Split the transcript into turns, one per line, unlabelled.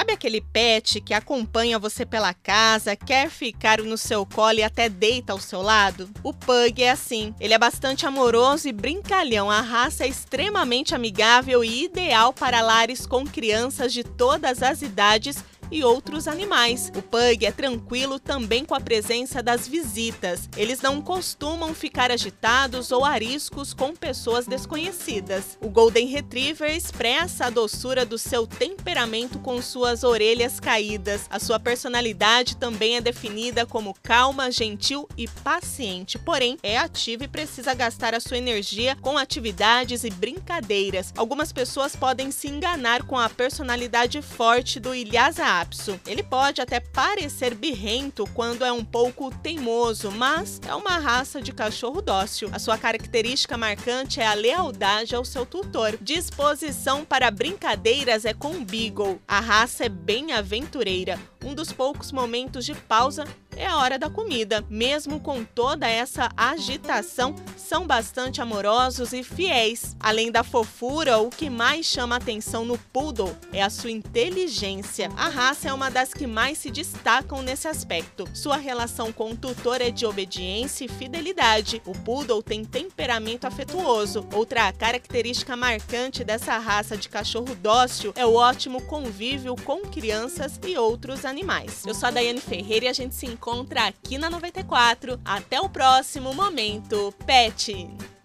Sabe aquele pet que acompanha você pela casa, quer ficar no seu colo e até deita ao seu lado? O Pug é assim. Ele é bastante amoroso e brincalhão. A raça é extremamente amigável e ideal para lares com crianças de todas as idades e outros animais. O Pug é tranquilo também com a presença das visitas. Eles não costumam ficar agitados ou ariscos com pessoas desconhecidas. O Golden Retriever expressa a doçura do seu temperamento com suas orelhas caídas. A sua personalidade também é definida como calma, gentil e paciente, porém é ativo e precisa gastar a sua energia com atividades e brincadeiras. Algumas pessoas podem se enganar com a personalidade forte do Lhasa Apso. Ele pode até parecer birrento quando é um pouco teimoso, mas é uma raça de cachorro dócil. A sua característica marcante é a lealdade ao seu tutor. Disposição para brincadeiras é com o Beagle. A raça é bem aventureira. Um dos poucos momentos de pausa é a hora da comida. Mesmo com toda essa agitação, são bastante amorosos e fiéis. Além da fofura, o que mais chama atenção no Poodle é a sua inteligência. A raça é uma das que mais se destacam nesse aspecto. Sua relação com o tutor é de obediência e fidelidade. O Poodle tem temperamento afetuoso. Outra característica marcante dessa raça de cachorro dócil é o ótimo convívio com crianças e outros animais. Eu sou a Daiane Ferreira e a gente se encontra aqui na 94. Até o próximo Momento Pet!